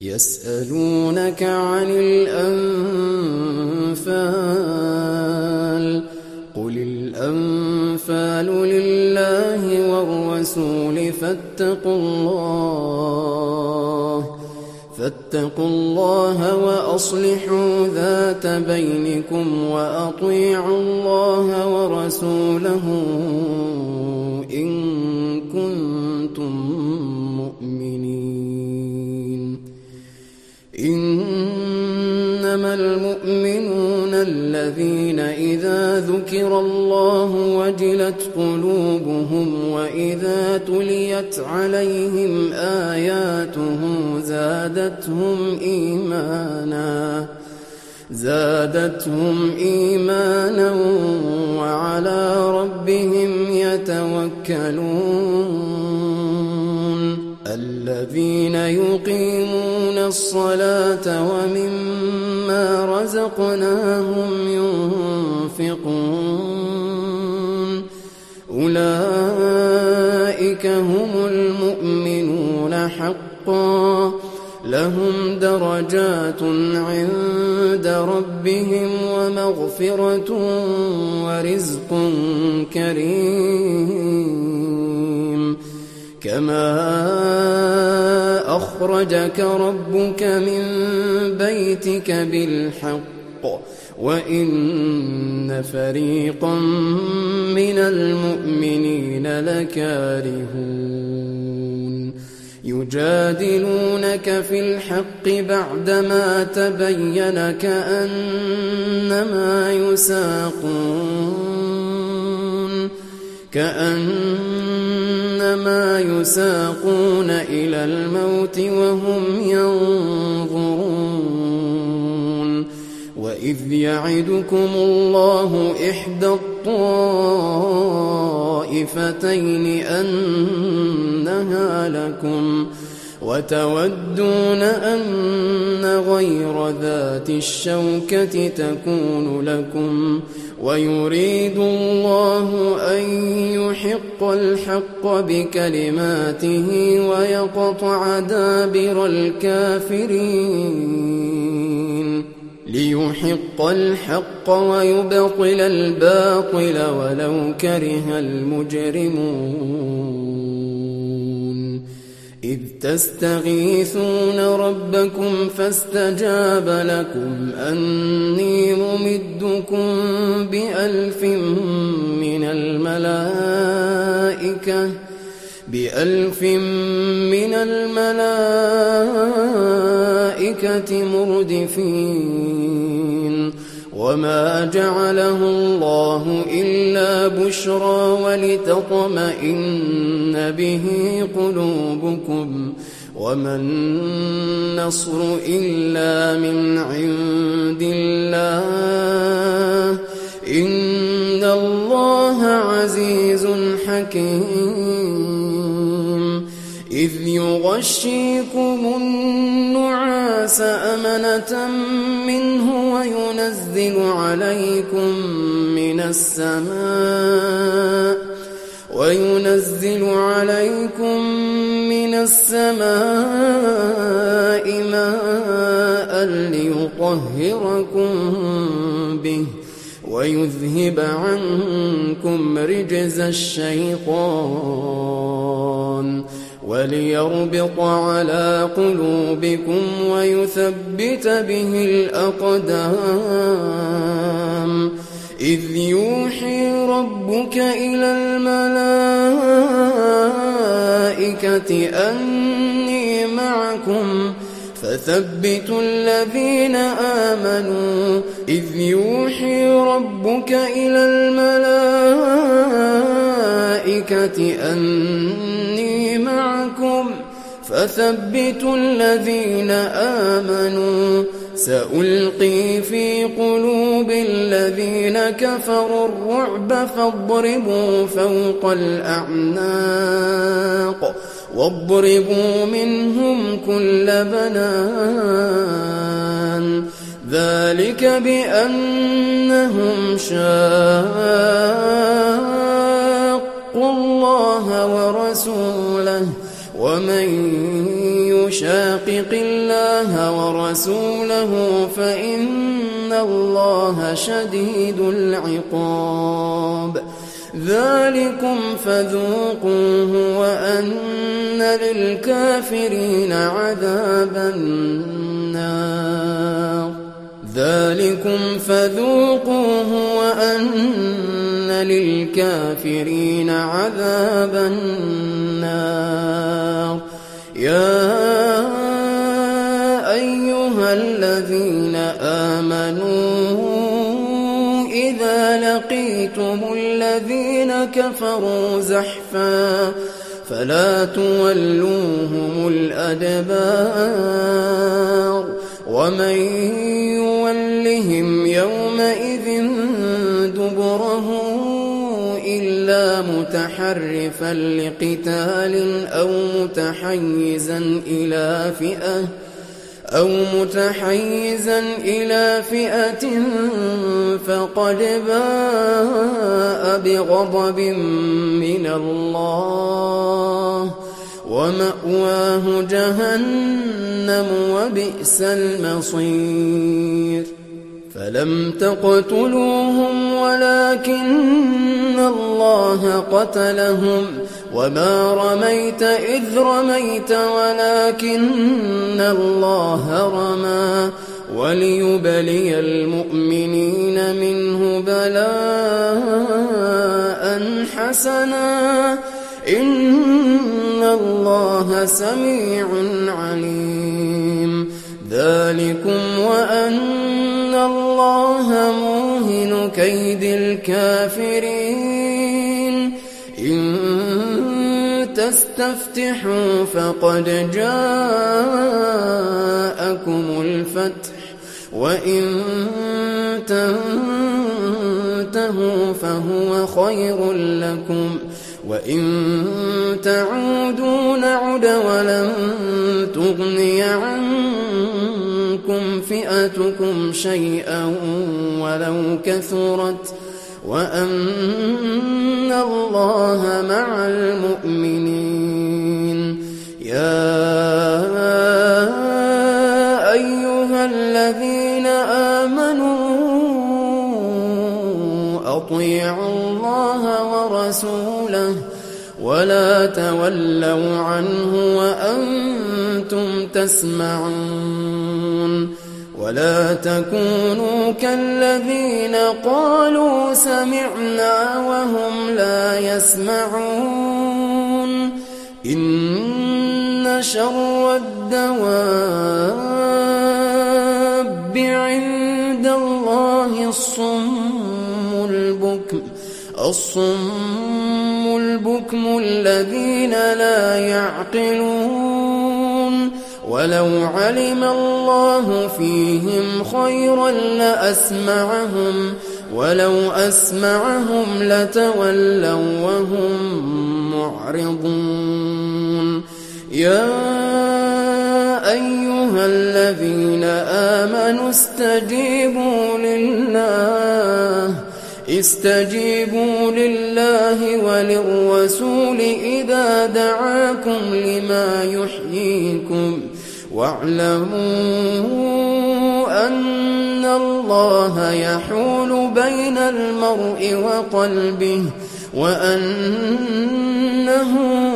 يسألونك عن الأنفال قل الأنفال لله والرسول فاتقوا الله وأصلحوا ذات بينكم وأطيعوا الله ورسوله إن كنتم مؤمنين. إنما المؤمنون الذين إذا ذكر الله وجلت قلوبهم وإذا تليت عليهم آياته زادتهم إيمانا وعلى ربهم يتوكلون. الذين يقيمون الصلاة ومما رزقناهم ينفقون أولئك هم المؤمنون حقا لهم درجات عند ربهم ومغفرة ورزق كريم. كما أخرجك ربك من بيتك بالحق وإن فريقا من المؤمنين لكارهون. يجادلونك في الحق بعدما تبين كأنما يساقون إلى الموت وهم ينظرون. وإذ يعدكم الله إحدى الطائفتين أنها لكم وتودون أن غير ذات الشوكة تكون لكم ويريد الله أن يحق الحق بكلماته ويقطع دابر الكافرين ليحق الحق ويبطل الباطل ولو كره المجرمون. إذ تستغيثون ربكم فاستجاب لكم أني ممدكم بألف من الملائكة مردفين. وما جعله الله إلا بشرى ولتطمئن به قلوبكم وما النصر إلا من عند الله إن الله عزيز حكيم. إذ يغشيكم النعاس أمنة منه وينزل عليكم من السماء ماء ليطهركم به ويذهب عنكم رجز الشيطان وليربط على قلوبكم ويثبت به الأقدام. إذ يوحي ربك إلى الملائكة أني معكم فثبتوا الذين آمنوا. إذ يوحي ربك إلى الملائكة أني معكم فثبتوا الذين آمنوا. سألقي في قلوب الذين كفروا الرعب فاضربوا فوق الأعناق واضربوا منهم كل بنان. ذلك بأنهم شاقوا الله ورسوله ومن يشاقق الله ورسوله فإن الله شديد العقاب. ذلكم فذوقوه وأن للكافرين عذاب النار. ذلكم فذوقوه وأن للكافرين عذاب النار. يا أيها الذين آمنوا إذا لقيتم الذين كفروا زحفا فلا تولوهم الأدبار ومن يولهم يومئذ دبره إلا متحرفا لقتال أو متحيزا إلى فئة فقد باء بغضب من الله ومأواه جهنم وبئس المصير. فلم تقتلوهم ولكن الله قتلهم وما رميت إذ رميت ولكن الله رمى وليبلي المؤمنين منه بلاء حسنا إن الله سميع عليم. ذلكم وأن الله موهن كيد الكافرين. إن تستفتحوا فقد جاءكم الفتح وإن تنتهوا فهو خير لكم وإن تعودوا نعد ولن تغني عنكم فئتكم شيئا ولو كثرت وأن الله مع المؤمنين. يا أيها الذين آمنوا أطيعوا الله ورسوله ولا تولوا عنه وأنتم تسمعون. ولا تكونوا كالذين قالوا سمعنا وهم لا يسمعون. إن شر الدواب عند الله الصم البكم الذين لا يعقلون. ولو علم الله فيهم خيرا لأسمعهم ولو أسمعهم لتولوا وهم معرضون. يا أيها الذين آمنوا استجيبوا لله وللرسول إذا دعاكم لما يحييكم واعلموا أن الله يحول بين المرء وقلبه وأنه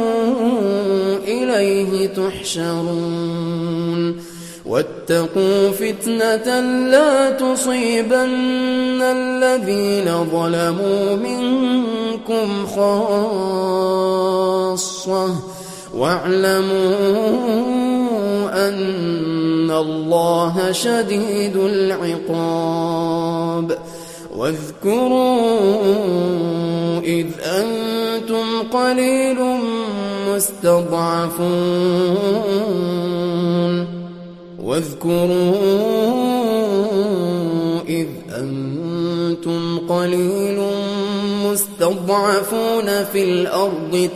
إليه تحشرون. واتقوا فتنة لا تصيبن الذين ظلموا منكم خاصة واعلموا أن الله شديد العقاب. واذكروا إذ أنتم قليل مستضعفون في الأرض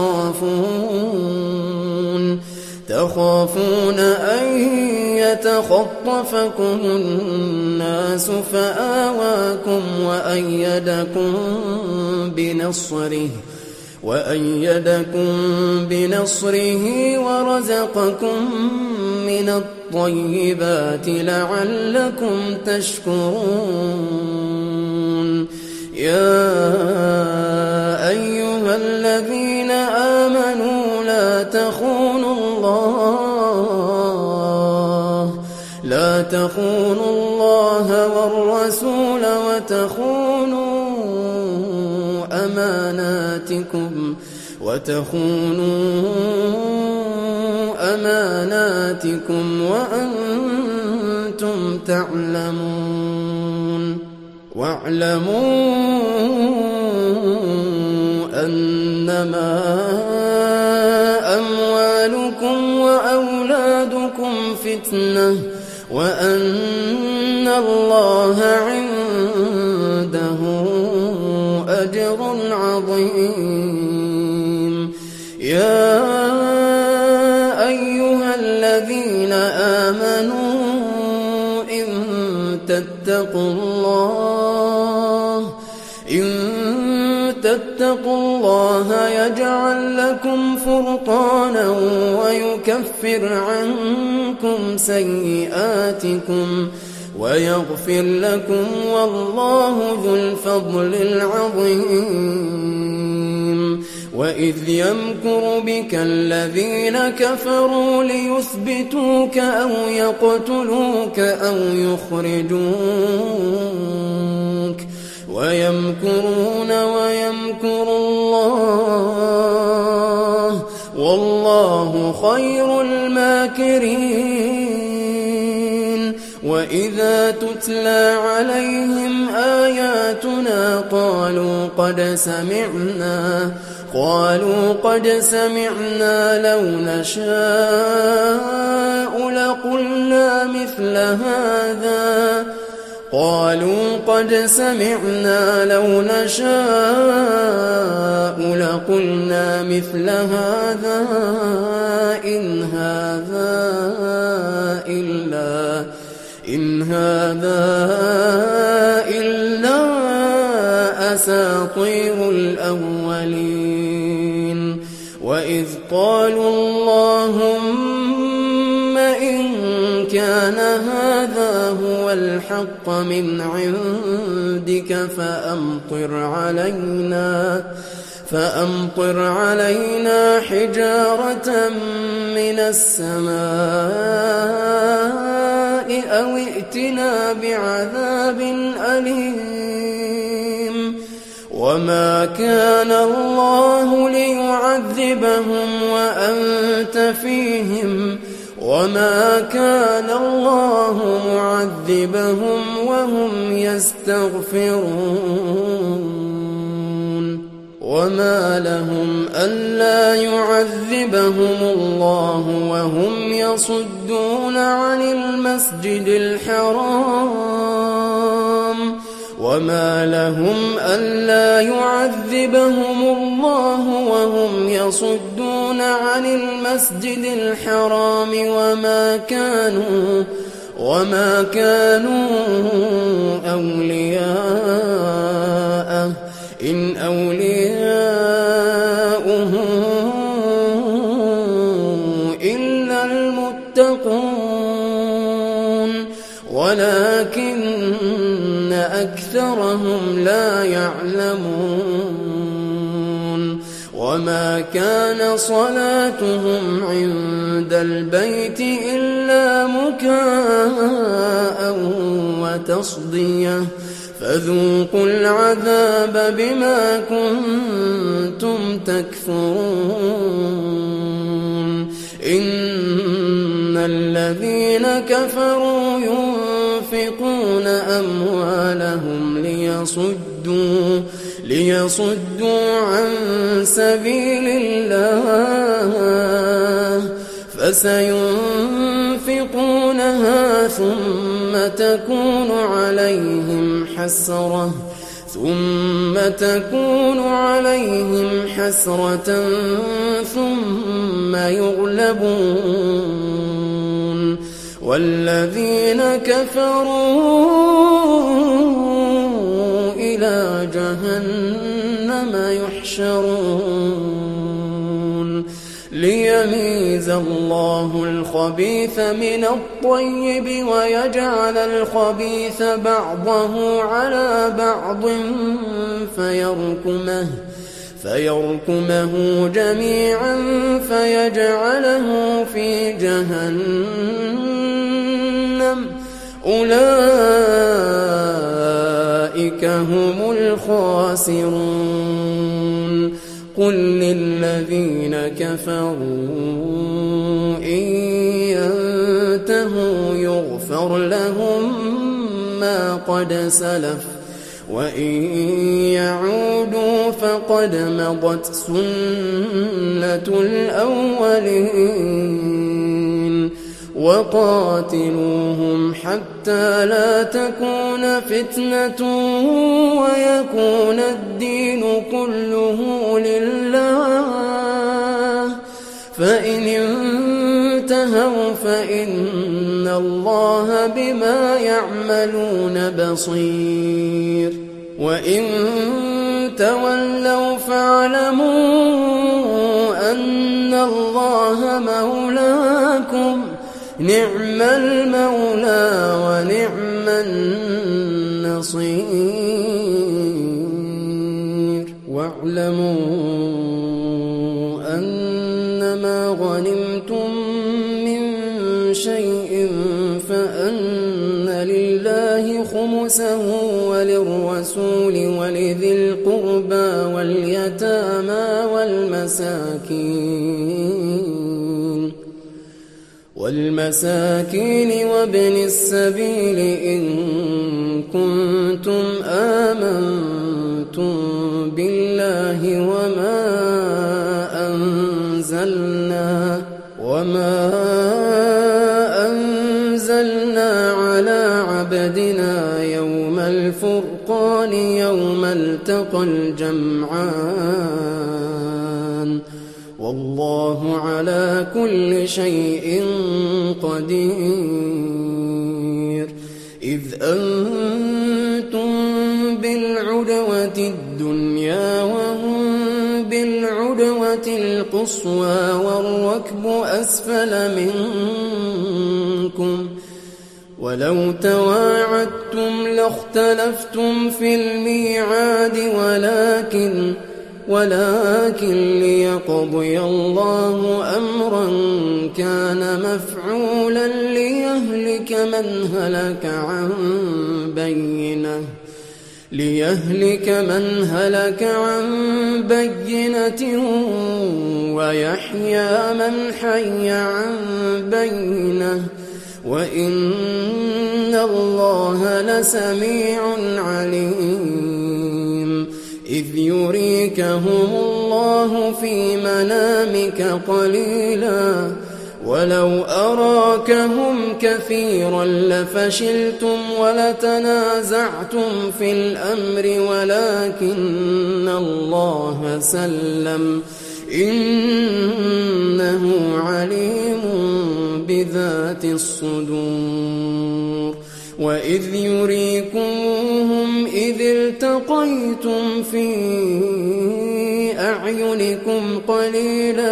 تخافون أن يتخطفكم الناس فآواكم وأيدكم بنصره ورزقكم من الطيبات لعلكم تشكرون يا أيها الذين آمنوا لا تخونوا الله والرسول وتخونوا أماناتكم وأنتم تعلمون واعلموا أنما أموالكم وأولادكم فتنة وأن الله عنده أجر عظيم يا أيها الذين آمنوا إن تتقوا الله يجعل لكم فرقانا ويكفر عنكم سيئاتكم ويغفر لكم والله ذو الفضل العظيم وإذ يمكر بك الذين كفروا ليثبتوك أو يقتلوك أو يخرجوك ويمكرون ويمكر الله والله خير الماكرين وإذا تتلى عليهم آياتنا قالوا قد سمعنا لو نشاء لقلنا مثل هذا إن هذا إلا أساطير الأولين وإذ قالوا اللهم إن كان هذا هو الحق من عندك فأمطر علينا حجارة من السماء أو ائتنا بعذاب أليم وما كان الله ليعذبهم وأنت فيهم وما كان الله معذبهم وهم يستغفرون وما لهم ألا يعذبهم الله وهم يصدون عن المسجد الحرام وما لهم ألا يعذبهم الله وهم يصدون عن المسجد الحرام وما كانوا أولياءه إن أولياؤه إلا المتقون ولكن أكثرهم لا يعلمون وما كان صلاتهم عند البيت إلا مكاء وتصدية فذوقوا العذاب بما كنتم تكفرون إن الذين كفروا ينفقون أموالهم ليصدوا عن سبيل الله فسينفقونها ثم تكون عليهم حسرة ثم يغلبون والذين كفروا إلى جهنم يحشرون ليميز الله الخبيث من الطيب ويجعل الخبيث بعضه على بعض فيركمه جميعا فيجعله في جهنم أولئك هم الخاسرون قل للذين كفروا إن ينتهوا يغفر لهم ما قد سلف وإن يعودوا فقد مضت سنة الأولين وقاتلوهم حتى لا تكون فتنة ويكون الدين كله لله فإن انتهوا فإن الله بما يعملون بصير وإن تولوا فاعلموا أن الله مولاكم نعم المولى ونعم النصير واعلموا أنما غنمتم من شيء فأن لله خمسه وللرسول ولذي القربى واليتامى والمساكين وابن السبيل إن كنتم آمنتم بالله وما أنزلنا على عبدنا يوم الفرقان يوم التقى الجمعان والله على كل شيء قدير إذ أنتم بالعدوة الدنيا وهم بالعدوة القصوى والركب أسفل منكم ولو تواعدتم لاختلفتم في الميعاد ولكن ليقضي الله أمرا كان مفعولا ليهلك من هلك عن بينة ويحيى من حي عن بينة وإن الله لسميع عليم إذ يريكهم الله في منامك قليلا ولو أراكهم كثيرا لفشلتم ولتنازعتم في الأمر ولكن الله سلم إنه عليم بذات الصدور وإذ يريكمهم إذ التقيتم في أعينكم قليلا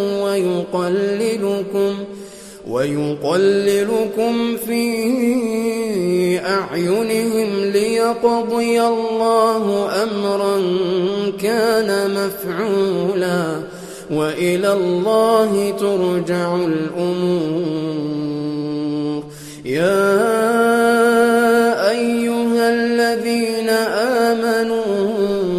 ويقللكم في أعينهم ليقضي الله أمرا كان مفعولا وإلى الله ترجع الأمور يا أيها الذين آمنوا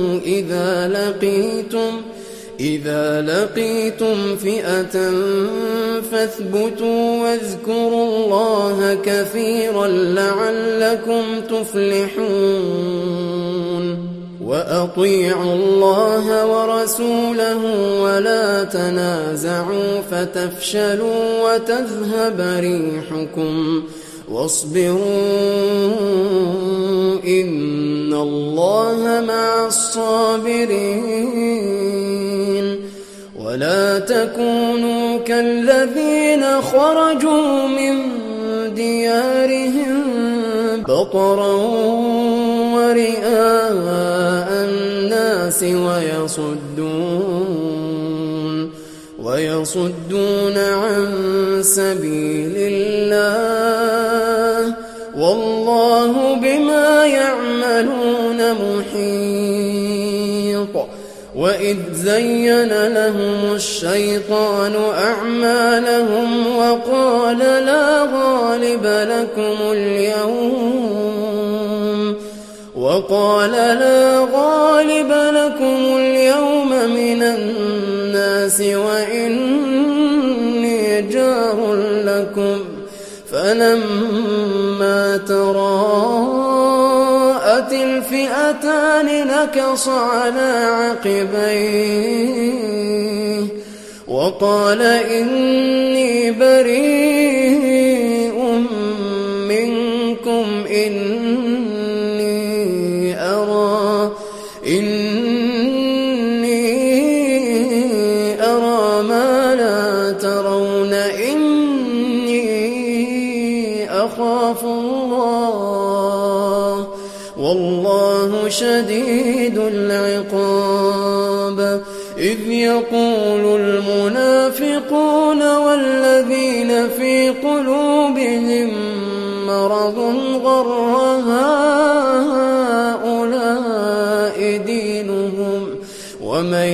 إذا لقيتم فئة فاثبتوا واذكروا الله كثيرا لعلكم تفلحون وأطيعوا الله ورسوله ولا تنازعوا فتفشلوا وتذهب ريحكم واصبروا إن الله مع الصابرين ولا تكونوا كالذين خرجوا من ديارهم بطرا ورئاء الناس الناس ويصدون عن سبيل الله والله بما يعملون محيط. وإذ زين لهم الشيطان أعمالهم وقال لا غالب لكم اليوم من الناس وإني جار لكم فلما تراءت الفئتان نكص على عقبيه وقال إني بريء منكم إني أرى ما لا ترون إني أخاف الله والله شديد العقاب. إذ يقول المنافقون والذين في قلوبهم مرض غر هؤلاء دينهم ومن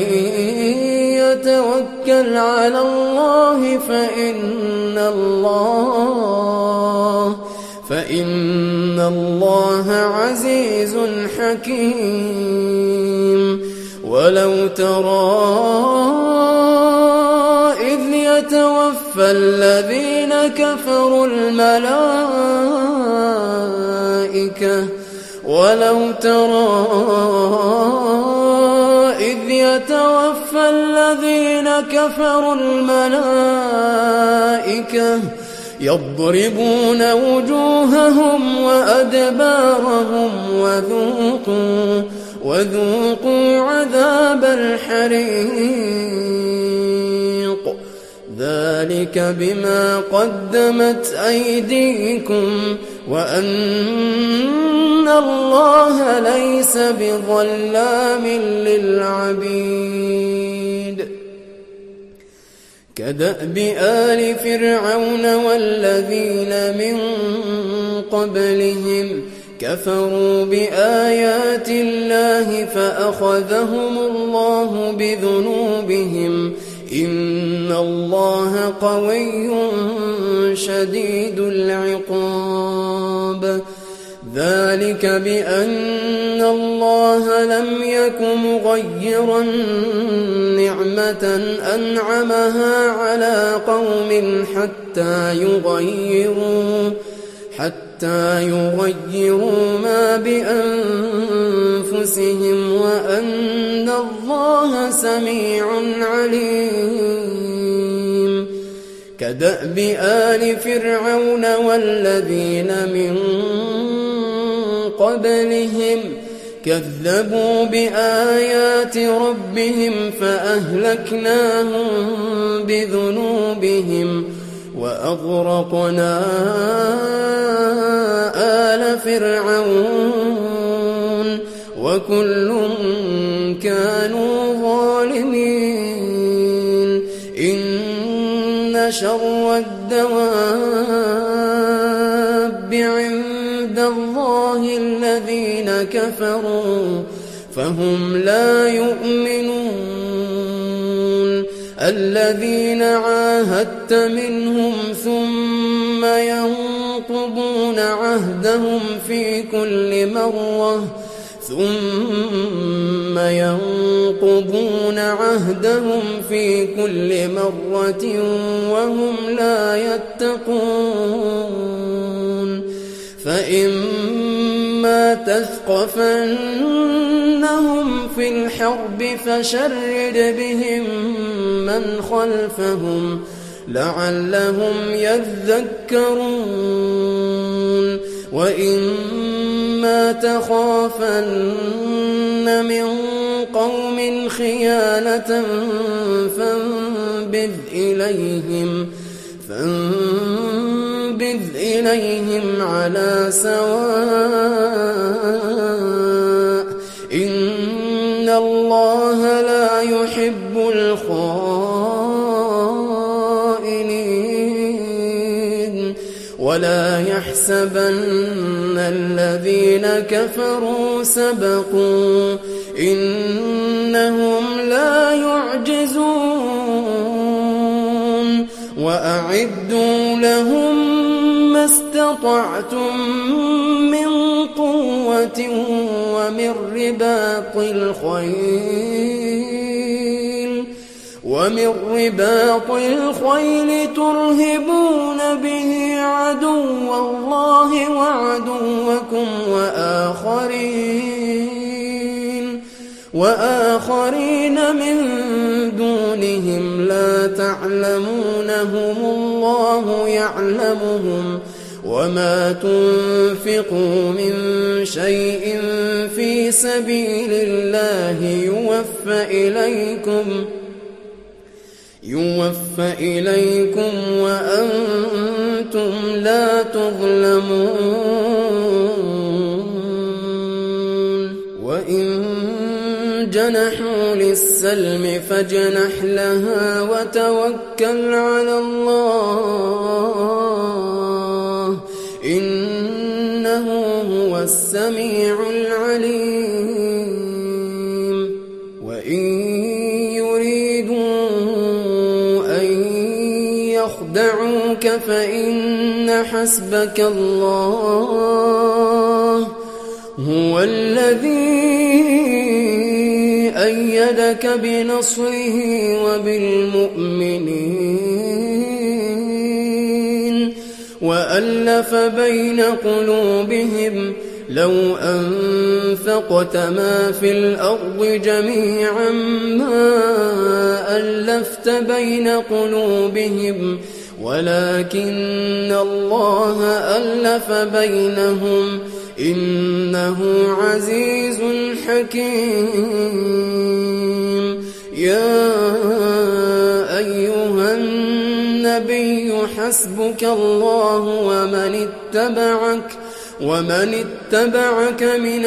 يتوكل على الله فإن الله عزيز حكيم. ولو ترى إذ يتوفى الذين كفروا الملائكة يضربون وجوههم وأدبارهم وذوقوا عذاب الحريق ذلك بما قدمت أيديكم وأن الله ليس بظلام للعبيد. كدأب آل فرعون والذين من قبلهم كفروا بآيات الله فأخذهم الله بذنوبهم إن الله قوي شديد العقاب. ذلك بأن الله لم يك مغيرا نعمة أنعمها على قوم حتى يغيروا ما بأنفسهم وأن الله سميع عليم. كدأب آل فرعون والذين من قبلهم كذبوا بآيات ربهم فأهلكناهم بذنوبهم وأغرقنا آل فرعون وكل كانوا ظالمين. إن شر الدواب عند الله الذين كفروا فهم لا يؤمنون. الذين عاهدت منهم ثم ينقضون عهدهم في كل مرة وهم لا يتقون. فإما تثقفنهم في الحرب فشرد بهم من خلفهم لعلهم يذكرون. وإما تخافن من قوم خيانة فانبذ إليهم على سواء إن الله ولا يحسبن الذين كفروا سبقوا إنهم لا يعجزون وأعدوا لهم ما استطعتم من قوة ومن رباط الخيل ترهبون به عدو الله وعدوكم وآخرين من دونهم لا تعلمونهم الله يعلمهم وما تنفقوا من شيء في سبيل الله يوفى إليكم وأنتم لا تظلمون وإن جنحوا للسلم فاجنح لها وتوكل على الله إنه هو السميع العليم وإن يريدوا أن يخدعوك فإن حسبك الله هو الذي أيدك بنصره وبالمؤمنين وألف بين قلوبهم لو أنفقت ما في الأرض جميعا ما ألفت بين قلوبهم ولكن الله ألف بينهم إنه عزيز حكيم يا أيها النبي حسبك الله ومن اتبعك من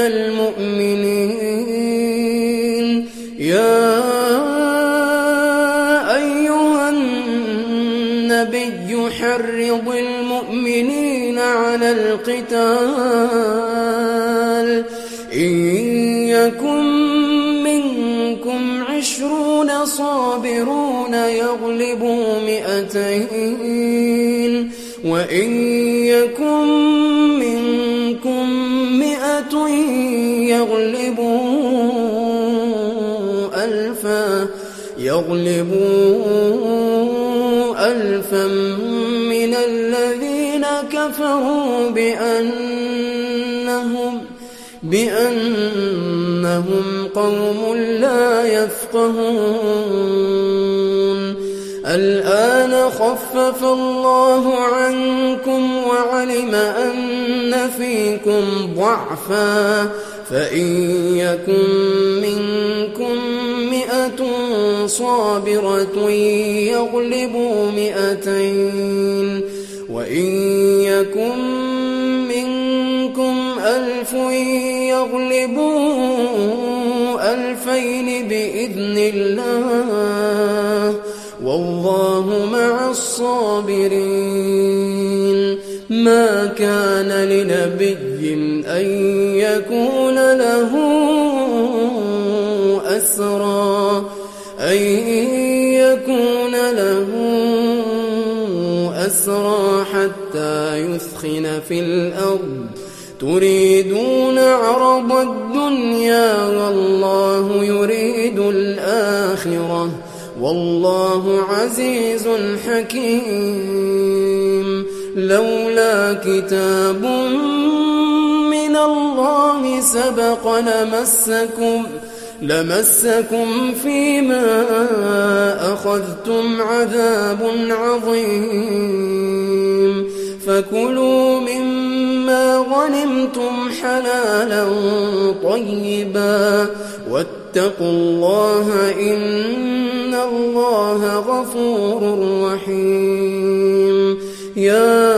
المؤمنين يا أيها النبي حرض المؤمنين على القتال إن يكن منكم 20 صابرون يغلبوا 200 وإن يكن منكم 100 يغلبوا ألفا من الذين كفروا بأنهم قوم لا يفقهون الآن خفف الله عنكم وعلم أن فيكم ضعفا فإن يكن منكم 100 صابرة يغلبوا 200 وإن يكن منكم 1000 يغلبوا 2000 بإذن الله والله مع الصابرين ما كان لنبي أن يكون له أسرى حتى يثخن في الأرض تريدون عرض الدنيا والله يريد الآخرة والله عزيز حكيم لولا كتاب من الله سبق لمسكم فيما أخذتم عذاب عظيم فكلوا مما غنمتم حلالا طيبا واتقوا الله إن الله غفور رحيم يا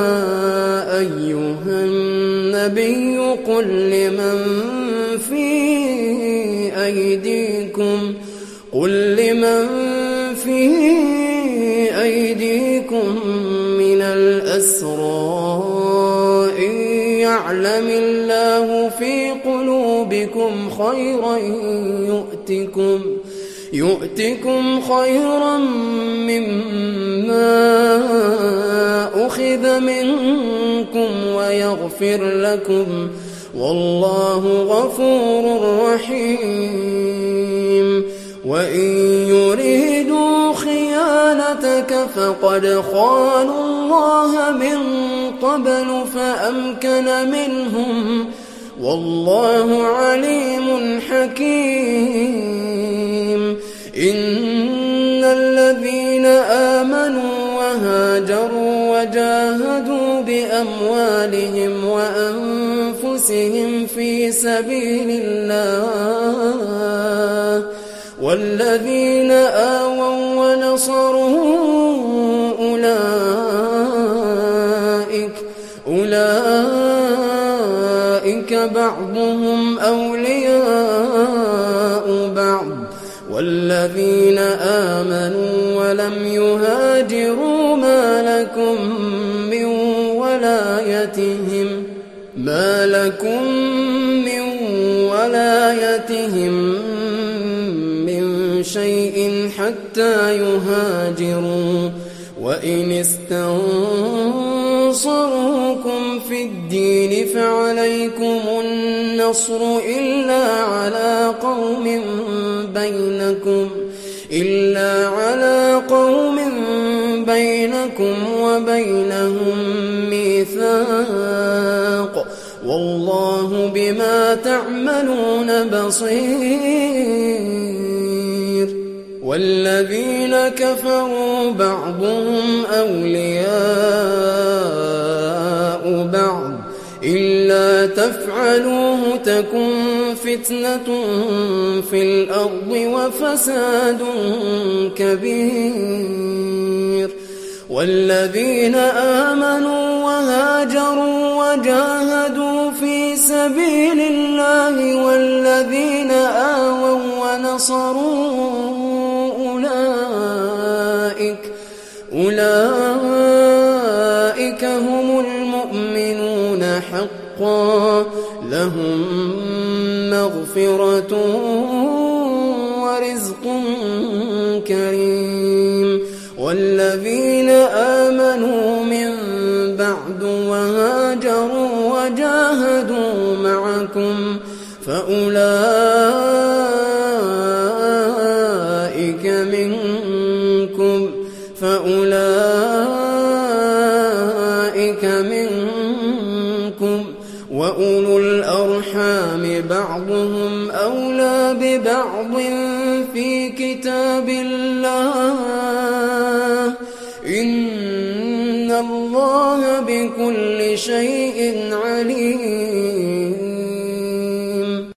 أيها النبي قل لمن في أيديكم من الأسرى يعلم الله في قلوبكم خيرا يؤتكم خيرا مما أخذ منكم ويغفر لكم والله غفور رحيم. وإن يريدوا خيانتك فقد خانوا الله من قبل فأمكن منهم والله عليم حكيم. إن الذين آمنوا وهاجروا وجاهدوا بأموالهم وأنفسهم في سبيل الله والذين آووا ونصروا أولئك بعضهم أولياء بعض والذين آمنوا ولم يهاجروا ما لكم من ولايتهم من شيء حتى يهاجروا. وإن استنصروكم في الدين فعليكم النصر إلا على قوم بينكم وبينهم ميثاق والله بما تعملون بصير. والذين كفروا بعضهم أولياء بعض إلا تفعلوه تكن فتنة في الأرض وفساد كبير. والذين آمنوا وهاجروا وجاهدوا في سبيل الله والذين آووا ونصروا أولئك هم المؤمنون حقا لهم مغفرة ورزق كريم. والذين آمنوا من بعد وهاجروا وجاهدوا معكم فأولئك منكم وأولو الأرحام بعضهم أولى ببعض في كتاب الله إن الله بكل شيء عليم.